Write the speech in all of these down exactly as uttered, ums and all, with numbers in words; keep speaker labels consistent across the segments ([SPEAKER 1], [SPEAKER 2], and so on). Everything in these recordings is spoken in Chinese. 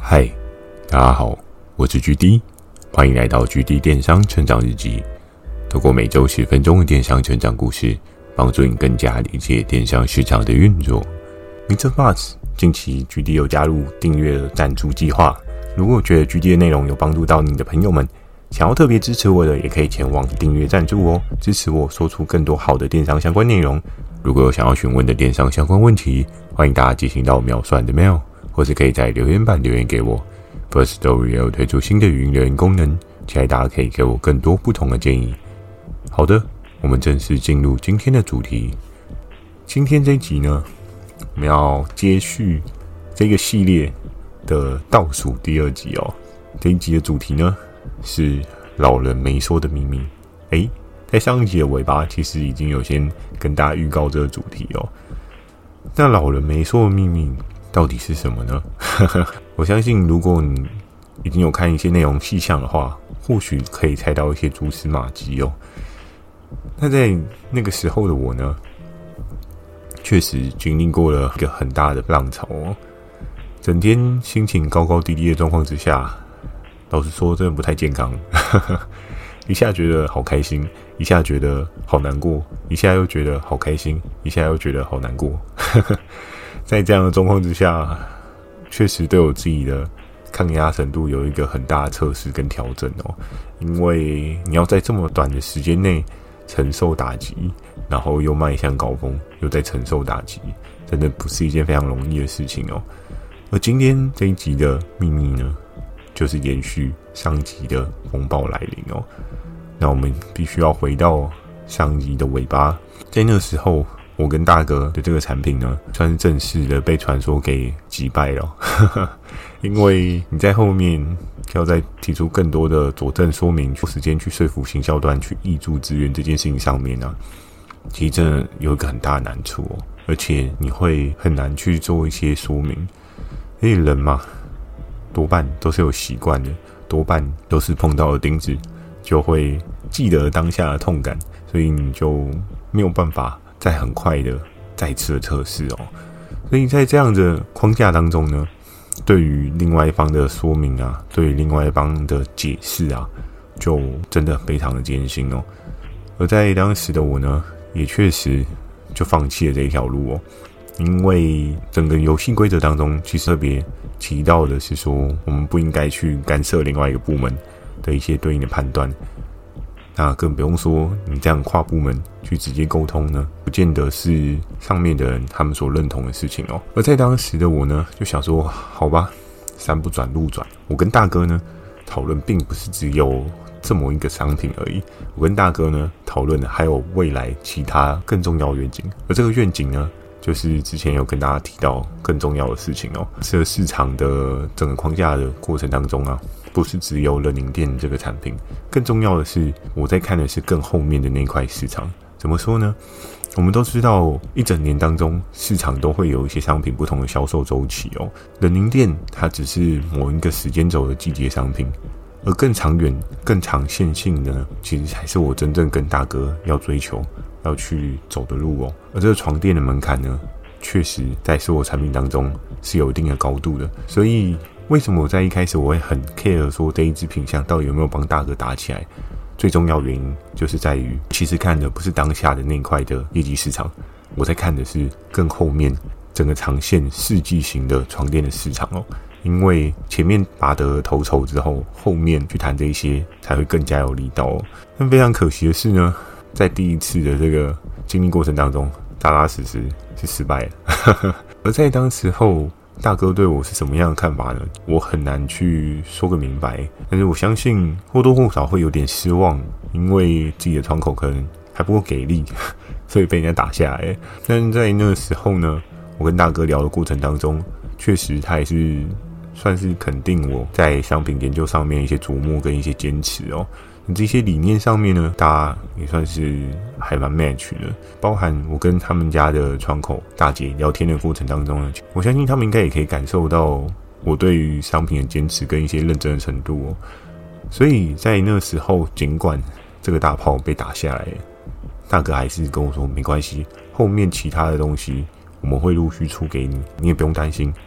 [SPEAKER 1] 嗨，大家好，我是 G D， 欢迎来到 G D 电商成长日记。透过每周十分钟的电商成长故事，帮助你更加理解电商市场的运作。mister Buzz 近期 G D 有加入订阅赞助计划，如果觉得 G D 的内容有帮助到你的朋友们，想要特别支持我的，也可以前往订阅赞助哦，支持我说出更多好的电商相关内容。如果有想要询问的电商相关问题，欢迎大家寄信到秒算的 mail， 或是可以在留言板留言给我。First Story 也有推出新的语音留言功能，期待大家可以给我更多不同的建议。好的，我们正式进入今天的主题。今天这一集呢，我们要接续这个系列的倒数第二集哦。这一集的主题呢是老人没说的秘密。诶，在上一集的尾巴其实已经有先跟大家预告这个主题哦。那老人没说的秘密到底是什么呢？我相信如果你已经有看一些内容细项的话，或许可以猜到一些蛛丝马迹哦。那在那个时候的我呢，确实经历过了一个很大的浪潮哦。整天心情高高低低的状况之下，老实说真的不太健康。一下觉得好开心，一下觉得好难过，一下又觉得好开心，一下又觉得好难过。在这样的状况之下，确实对我自己的抗压程度有一个很大的测试跟调整哦。因为你要在这么短的时间内承受打击，然后又迈向高峰，又在承受打击，真的不是一件非常容易的事情哦。而今天这一集的秘密呢，就是延续上集的风暴来临哦。那我们必须要回到上集的尾巴，在那时候，我跟大哥的这个产品呢，算是正式的被传说给击败了。因为你在后面要再提出更多的佐证说明，有时间去说服行销端去挹注资源这件事情上面呢、啊，其实真的有一个很大的难处哦，而且你会很难去做一些说明。因为人嘛，多半都是有习惯的，多半都是碰到了钉子就会记得当下的痛感，所以你就没有办法再很快的再次的测试哦。所以在这样的框架当中呢，对于另外一方的说明啊，对于另外一方的解释啊，就真的非常的艰辛哦。而在当时的我呢，也确实就放弃了这一条路哦。因为整个游戏规则当中，其实特别提到的是说，我们不应该去干涉另外一个部门的一些对应的判断。那更不用说你这样跨部门去直接沟通呢，不见得是上面的人他们所认同的事情哦。而在当时的我呢，就想说，好吧，山不转路转。我跟大哥呢讨论，并不是只有这么一个商品而已。我跟大哥呢讨论的还有未来其他更重要的愿景，而这个愿景呢，就是之前有跟大家提到更重要的事情哦。这个市场的整个框架的过程当中啊，不是只有冷凝电这个产品，更重要的是我在看的是更后面的那块市场。怎么说呢？我们都知道一整年当中市场都会有一些商品不同的销售周期哦。冷凝电它只是某一个时间轴的季节商品，而更长远更长线性的呢，其实才是我真正跟大哥要追求要去走的路哦。而这个床垫的门槛呢，确实在所有产品当中是有一定的高度的。所以为什么我在一开始我会很 care 说这一支品项到底有没有帮大哥打起来，最重要原因就是在于，其实看的不是当下的那一块的业绩市场，我在看的是更后面整个长线世纪型的床垫的市场哦。因为前面拔得头筹之后，后面去谈这一些才会更加有力道哦。但非常可惜的是呢，在第一次的这个经历过程当中，扎扎实实是失败了。而在当时候，大哥对我是什么样的看法呢？我很难去说个明白，但是我相信或多或少会有点失望，因为自己的窗口可能还不够给力，所以被人家打下来。但在那个时候呢，我跟大哥聊的过程当中，确实他也是算是肯定我在商品研究上面一些琢磨跟一些坚持哦。这些理念上面呢，大家也算是还蛮 match 的。包含我跟他们家的窗口大姐聊天的过程当中呢，我相信他们应该也可以感受到我对于商品的坚持跟一些认真的程度哦。所以在那时候，尽管这个大炮被打下来，大哥还是跟我说没关系，后面其他的东西我们会陆续出给你，你也不用担心，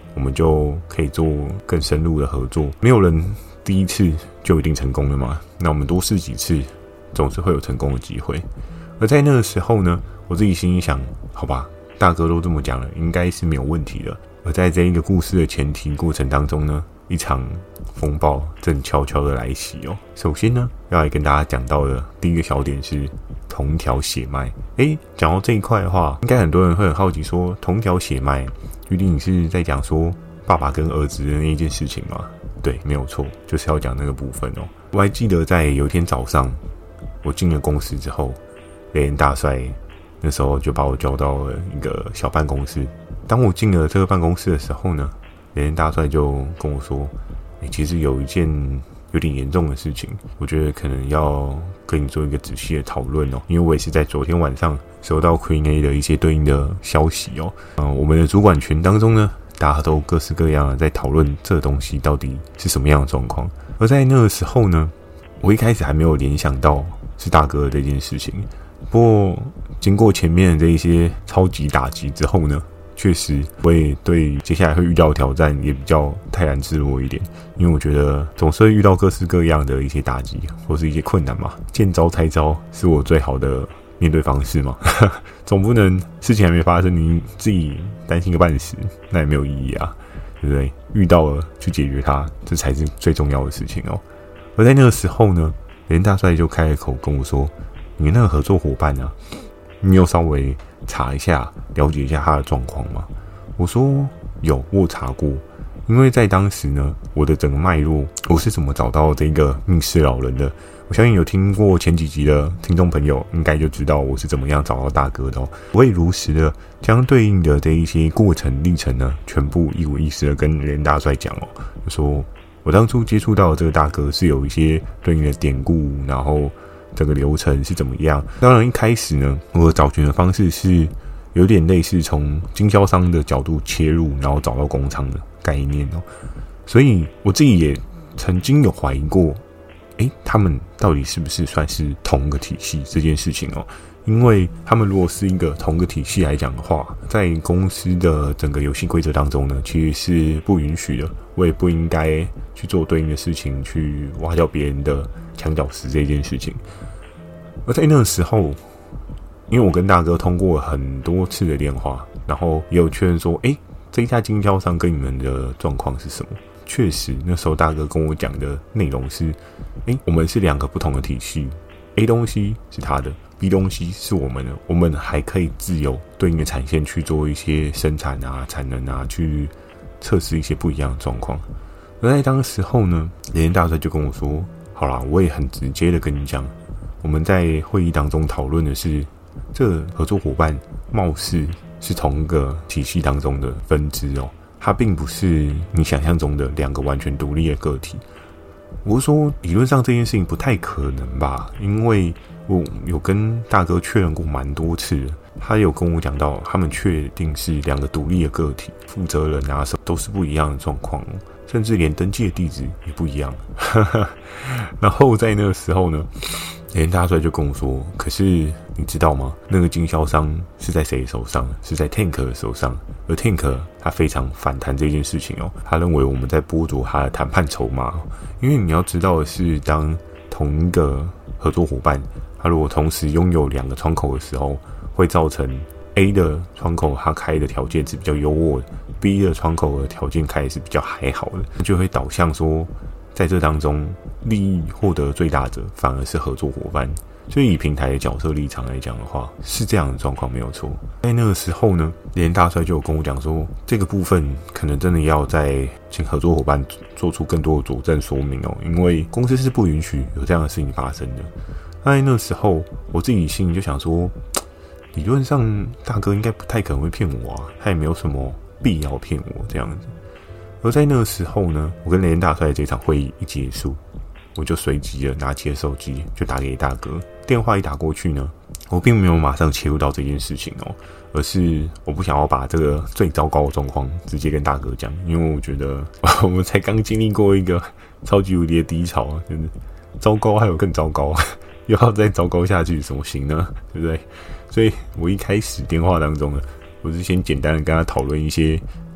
[SPEAKER 1] 我们就可以做更深入的合作。没有人第一次就一定成功了嘛，那我们多试几次，总是会有成功的机会。而在那个时候呢，我自己心里想，好吧，大哥都这么讲了，应该是没有问题的。而在这一个故事的前提过程当中呢，一场风暴正悄悄的来袭哦。首先呢，要来跟大家讲到的第一个小点是同一条血脉。诶，讲到这一块的话，应该很多人会很好奇说，同一条血脉，预定你是在讲说爸爸跟儿子的那一件事情吗？对，没有错，就是要讲那个部分哦。我还记得在有一天早上，我进了公司之后，雷恩大帅那时候就把我叫到了一个小办公室。当我进了这个办公室的时候呢，雷恩大帅就跟我说，欸，其实有一件有点严重的事情，我觉得可能要跟你做一个仔细的讨论哦，因为我也是在昨天晚上收到 Queen A 的一些对应的消息哦。嗯，我们的主管群当中呢，大家都各式各样的在讨论这个东西到底是什么样的状况。而在那个时候呢，我一开始还没有联想到是大哥的这件事情。不过经过前面的这一些超级打击之后呢，确实我也对接下来会遇到的挑战也比较泰然自若一点，因为我觉得总是会遇到各式各样的一些打击或是一些困难嘛，见招拆招是我最好的面对方式嘛。总不能事情还没发生你自己担心个半死，那也没有意义啊，对不对？遇到了去解决它，这才是最重要的事情哦。而在那个时候呢，连大帅就开了口跟我说，你那个合作伙伴啊，你有稍微查一下了解一下他的状况吗？我说有，我有查过。因为在当时呢，我的整个脉络，我是怎么找到这个密室老人的，我相信有听过前几集的听众朋友应该就知道我是怎么样找到大哥的哦。我会如实的将对应的这一些过程历程呢，全部一五一十的跟连大帅讲哦，就说我当初接触到的这个大哥是有一些对应的典故，然后整个流程是怎么样。当然一开始呢，我找寻的方式是有点类似从经销商的角度切入，然后找到工厂的概念哦。所以我自己也曾经有怀疑过，诶，他们到底是不是算是同个体系这件事情哦？因为他们如果是一个同个体系来讲的话，在公司的整个游戏规则当中呢，其实是不允许的。我也不应该去做对应的事情，去挖掉别人的墙角石这件事情。而在那个时候，因为我跟大哥通过很多次的电话，然后也有确认说，诶，这一家经销商跟你们的状况是什么？确实，那时候大哥跟我讲的内容是，诶，我们是两个不同的体系 ，A 东西是他的 ，B 东西是我们的，我们还可以自由对应的产线去做一些生产啊、产能啊，去测试一些不一样的状况。而在当时候呢，连大帅就跟我说，好啦，我也很直接的跟你讲，我们在会议当中讨论的是，这个合作伙伴貌似是同一个体系当中的分支哦，它并不是你想象中的两个完全独立的个体。我是说，理论上这件事情不太可能吧，因为我有跟大哥确认过蛮多次的，他有跟我讲到，他们确定是两个独立的个体，负责人啊什么都是不一样的状况，甚至连登记的地址也不一样。然后在那个时候呢，连大帅就跟我说，可是你知道吗？那个经销商是在谁手上？是在 Tank 的手上。而 Tank 他非常反弹这件事情哦，他认为我们在剥夺他的谈判筹码。因为你要知道的是，当同一个合作伙伴，他如果同时拥有两个窗口的时候，会造成 A 的窗口他开的条件是比较优渥的， B 的窗口的条件开的是比较还好的，就会导向说，在这当中利益获得最大者反而是合作伙伴。所以以平台的角色立场来讲的话，是这样的状况没有错。在那个时候呢，连大帅就有跟我讲说，这个部分可能真的要再请合作伙伴做出更多的佐证说明哦，因为公司是不允许有这样的事情发生的。在那个时候，我自己心里就想说，理论上大哥应该不太可能会骗我啊，他也没有什么必要骗我这样子。而在那个时候呢，我跟雷恩大帅这场会议一结束，我就随即的拿起了手机就打给大哥。电话一打过去呢，我并没有马上切入到这件事情哦，而是我不想要把这个最糟糕的状况直接跟大哥讲，因为我觉得我们才刚经历过一个超级无敌的低潮啊，就是糟糕还有更糟糕，又要再糟糕下去怎么行呢？对不对？所以我一开始电话当中呢，我是先简单的跟他讨论一些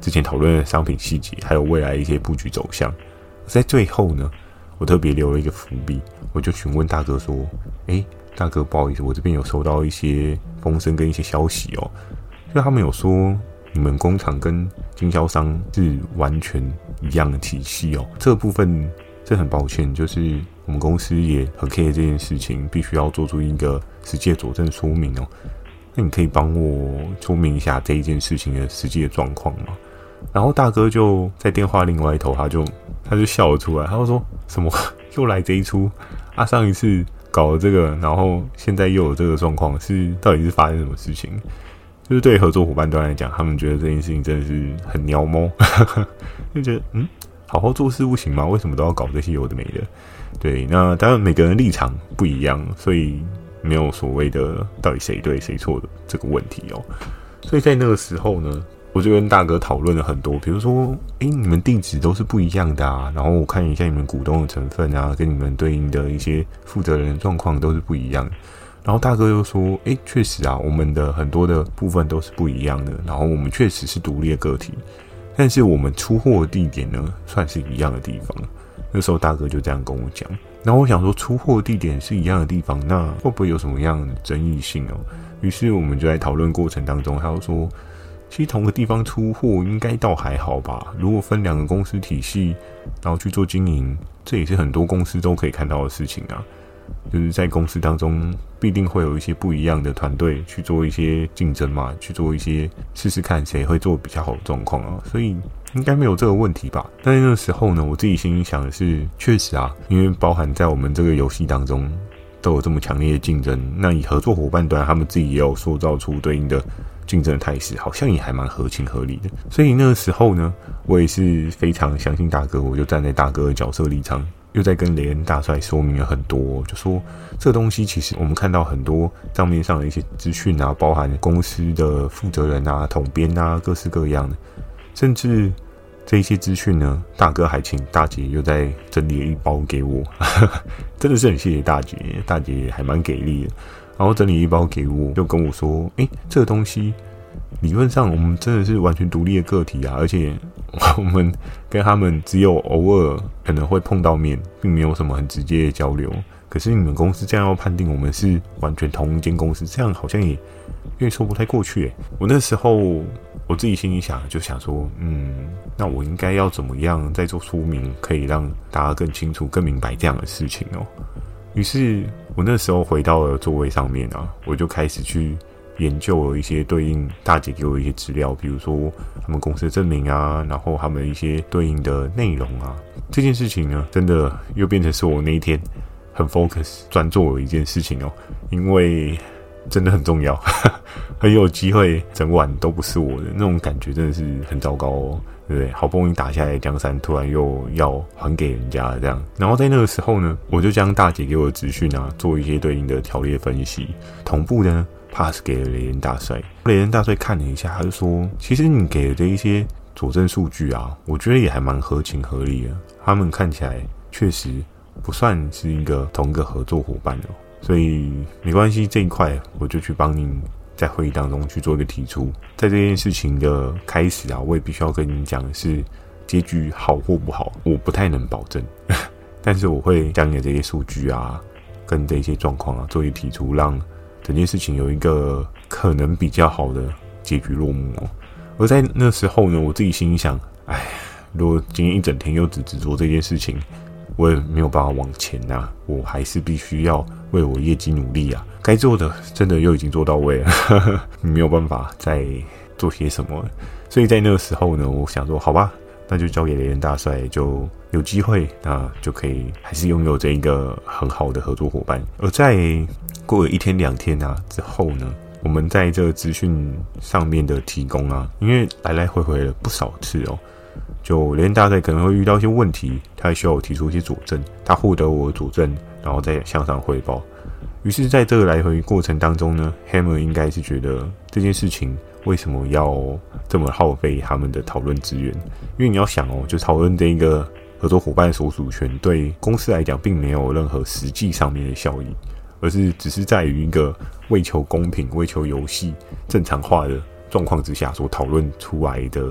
[SPEAKER 1] 之前讨论的商品细节，还有未来一些布局走向。在最后呢，我特别留了一个伏笔，我就询问大哥说：“诶，大哥，不好意思，我这边有收到一些风声跟一些消息哦，就他们有说你们工厂跟经销商是完全一样的体系哦。这个部分这很抱歉，就是我们公司也很 care 这件事情，必须要做出一个实际的佐证说明哦。那你可以帮我说明一下这一件事情的实际的状况吗？”然后大哥就在电话另外一头，他就他就笑了出来，他就说什么又来这一出啊？上一次搞了这个，然后现在又有这个状况，是到底是发生什么事情？就是对合作伙伴端来讲，他们觉得这件事情真的是很鸟猫，就觉得嗯，好好做事不行吗？为什么都要搞这些有的没的？对，那当然每个人立场不一样，所以没有所谓的到底谁对谁错的这个问题哦。所以在那个时候呢，我就跟大哥讨论了很多，比如说，诶，你们地址都是不一样的啊，然后我看一下你们股东的成分啊，跟你们对应的一些负责人的状况都是不一样的。然后大哥又说，诶，确实啊，我们的很多的部分都是不一样的，然后我们确实是独立的个体，但是我们出货的地点呢，算是一样的地方。那时候大哥就这样跟我讲，然后我想说，出货地点是一样的地方，那会不会有什么样的争议性哦？于是我们就在讨论过程当中，他就说，其实同个地方出货应该倒还好吧，如果分两个公司体系，然后去做经营，这也是很多公司都可以看到的事情啊。就是在公司当中必定会有一些不一样的团队去做一些竞争嘛，去做一些试试看谁会做比较好的状况啊，所以应该没有这个问题吧。但是那个时候呢，我自己心里想的是，确实啊，因为包含在我们这个游戏当中都有这么强烈的竞争，那以合作伙伴端他们自己也有塑造出对应的竞争的态势，好像也还蛮合情合理的。所以那个时候呢，我也是非常相信大哥，我就站在大哥的角色立场，又在跟雷恩大帅说明了很多，就说这个东西其实我们看到很多账面上的一些资讯啊，包含公司的负责人啊、统编啊，各式各样的，甚至这一些资讯呢，大哥还请大姐又在整理了一包给我，真的是很谢谢大姐，大姐还蛮给力的。然后整理一包给我，就跟我说：“诶，这个东西理论上我们真的是完全独立的个体啊，而且我们跟他们只有偶尔可能会碰到面，并没有什么很直接的交流。可是你们公司这样要判定我们是完全同一间公司，这样好像也有点说不太过去诶。”我那时候我自己心里想，就想说，嗯，那我应该要怎么样再做说明，可以让大家更清楚、更明白这样的事情哦。于是我那时候回到了座位上面啊，我就开始去研究了一些对应大姐给我的一些资料，比如说他们公司的证明啊，然后他们一些对应的内容啊。这件事情呢，真的又变成是我那一天很 focus 专做的一件事情哦，因为真的很重要，很有机会整晚都不是我的那种感觉，真的是很糟糕哦。对不对？好不容易打下来的江山，突然又要还给人家了这样。然后在那个时候呢，我就将大姐给我的资讯啊，做一些对应的条列分析，同步的呢 pass 给了雷恩大帅。雷恩大帅看了一下，他就说：“其实你给的这一些佐证数据啊，我觉得也还蛮合情合理的。他们看起来确实不算是一个同一个合作伙伴哦，所以没关系，这一块我就去帮您。”在会议当中去做一个提出，在这件事情的开始啊，我也必须要跟你讲的是，结局好或不好，我不太能保证，但是我会将你的这些数据啊，跟这些状况啊，做一个提出，让整件事情有一个可能比较好的结局落幕哦。而在那时候呢，我自己心里想，哎，如果今天一整天又只只做这件事情，我也没有办法往前啊，我还是必须要为我业绩努力啊，该做的真的又已经做到位了，呵呵，没有办法再做些什么了。所以在那个时候呢，我想说，好吧，那就交给雷恩大帅，就有机会，那就可以还是拥有这一个很好的合作伙伴。而在过了一天两天啊之后呢，我们在这个资讯上面的提供啊，因为来来回回了不少次哦。就雷恩大帅可能会遇到一些问题，他需要我提出一些佐证，他获得我的佐证，然后再向上汇报。于是在这个来回过程当中呢 Hammer 应该是觉得这件事情为什么要这么耗费他们的讨论资源，因为你要想哦，就讨论这一个合作伙伴所属权对公司来讲并没有任何实际上面的效益，而是只是在于一个为求公平、为求游戏正常化的状况之下所讨论出来的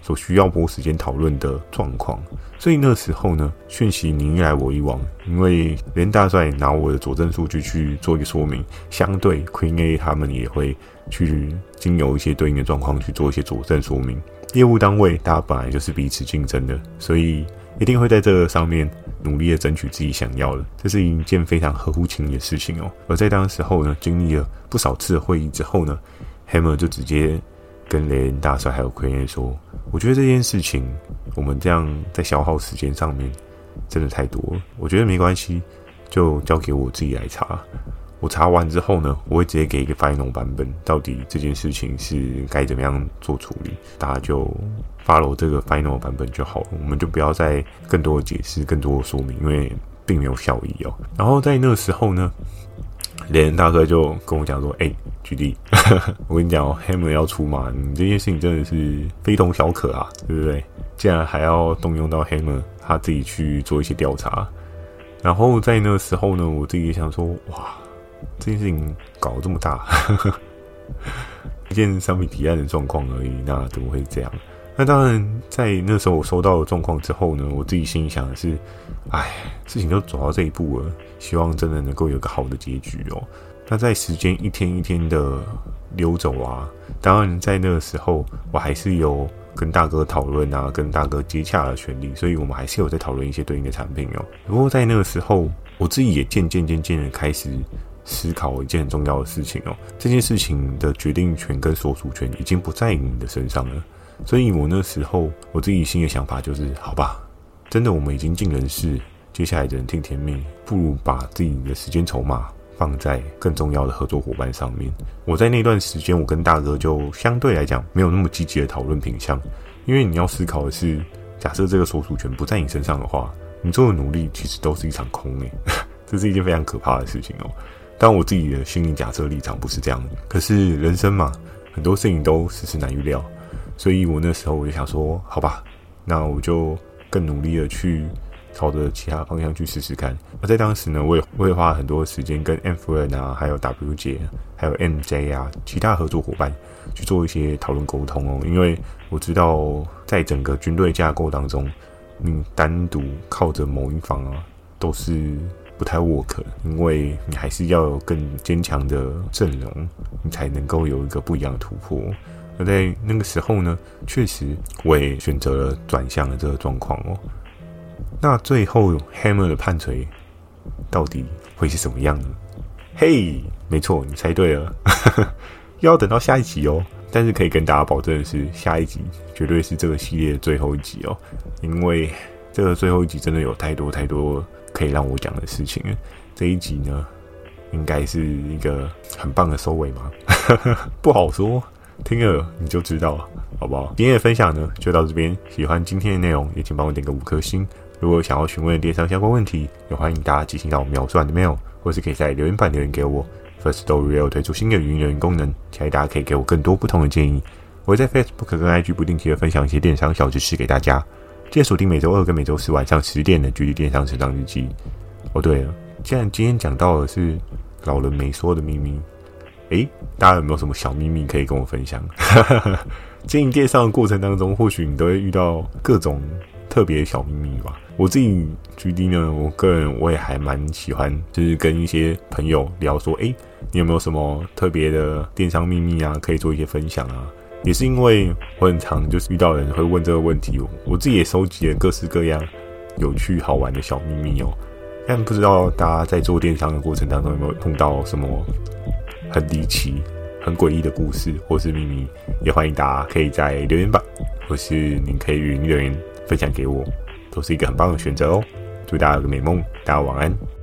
[SPEAKER 1] 所需要拨时间讨论的状况。所以那时候呢，讯息你一来我一往，因为连大帅拿我的佐证数据去做一个说明，相对 Queen A 他们也会去经由一些对应的状况去做一些佐证说明。业务单位大家本来就是彼此竞争的，所以一定会在这个上面努力的争取自己想要的，这是一件非常合乎情理的事情哦。而在当时候呢，经历了不少次的会议之后呢 Hammer 就直接跟雷恩大帅还有奎恩说，我觉得这件事情我们这样在消耗时间上面真的太多了，我觉得没关系，就交给我自己来查。我查完之后呢，我会直接给一个 final 版本，到底这件事情是该怎么样做处理，大家就 follow 这个 final 版本就好了，我们就不要再更多的解释更多的说明，因为并没有效益哦。然后在那个时候呢，雷恩大哥就跟我讲说，哎、欸，举例我跟你讲哦 Hammer 要出马，你这件事情真的是非同小可啊，对不对？竟然还要动用到 Hammer 他自己去做一些调查。然后在那个时候呢，我自己也想说，哇，这件事情搞得这么大一件商品提案的状况而已，那怎么会这样？那当然在那时候我收到的状况之后呢，我自己心里想的是，哎，事情都走到这一步了，希望真的能够有个好的结局哦。那在时间一天一天的溜走啊，当然在那个时候我还是有跟大哥讨论啊，跟大哥接洽的权利，所以我们还是有在讨论一些对应的产品哦。不过在那个时候，我自己也渐渐渐渐的开始思考一件很重要的事情哦，这件事情的决定权跟所属权已经不在你的身上了。所以我那时候我自己新的想法就是，好吧，真的我们已经尽人事，接下来的人听天命，不如把自己的时间筹码放在更重要的合作伙伴上面。我在那段时间，我跟大哥就相对来讲没有那么积极的讨论品项，因为你要思考的是，假设这个所属权不在你身上的话，你做的努力其实都是一场空诶，这是一件非常可怕的事情哦。当然我自己的心理假设立场不是这样的，可是人生嘛，很多事情都世事难预料，所以我那时候我就想说，好吧，那我就更努力的去朝着其他方向去试试看。而在当时呢，我也我也花了很多时间跟 M 夫人啊，还有 W 姐，还有 M J 啊，其他合作伙伴去做一些讨论沟通哦。因为我知道，在整个军队架构当中，你单独靠着某一方啊，都是不太 work， 因为你还是要有更坚强的阵容，你才能够有一个不一样的突破。而在那个时候呢，确实我也选择了转向了这个状况哦。那最后 Hammer 的判锤到底会是什么样呢？嘿，没错，你猜对了又要等到下一集哦。但是可以跟大家保证的是，下一集绝对是这个系列的最后一集哦，因为这个最后一集真的有太多太多可以让我讲的事情了。这一集呢，应该是一个很棒的收尾吗？不好说，听了你就知道了，好不好？今天的分享呢就到这边，喜欢今天的内容也请帮我点个五颗星。如果想要询问电商相关问题，也欢迎大家寄信到描述栏的 mail， 或是可以在留言板留言给我。Firstory 有推出新的语音留言功能，期待大家可以给我更多不同的建议。我会在 Facebook 跟 I G 不定期的分享一些电商小知识给大家。记得锁定每周二跟每周四晚上十点的距离电商成长日记。哦，对了，既然今天讲到的是老人没说的秘密，诶，大家有没有什么小秘密可以跟我分享？经营电商的过程当中，或许你都会遇到各种特别的小秘密吧。我自己 G D 呢，我个人我也还蛮喜欢，就是跟一些朋友聊说，诶，你有没有什么特别的电商秘密啊，可以做一些分享啊？也是因为我很常就是遇到人会问这个问题，我自己也收集了各式各样有趣好玩的小秘密哦。但不知道大家在做电商的过程当中有没有碰到什么很离奇、很诡异的故事或是秘密？也欢迎大家可以在留言板，或是您可以语音留言分享给我，都是一个很棒的选择哦。祝大家有个美梦，大家晚安。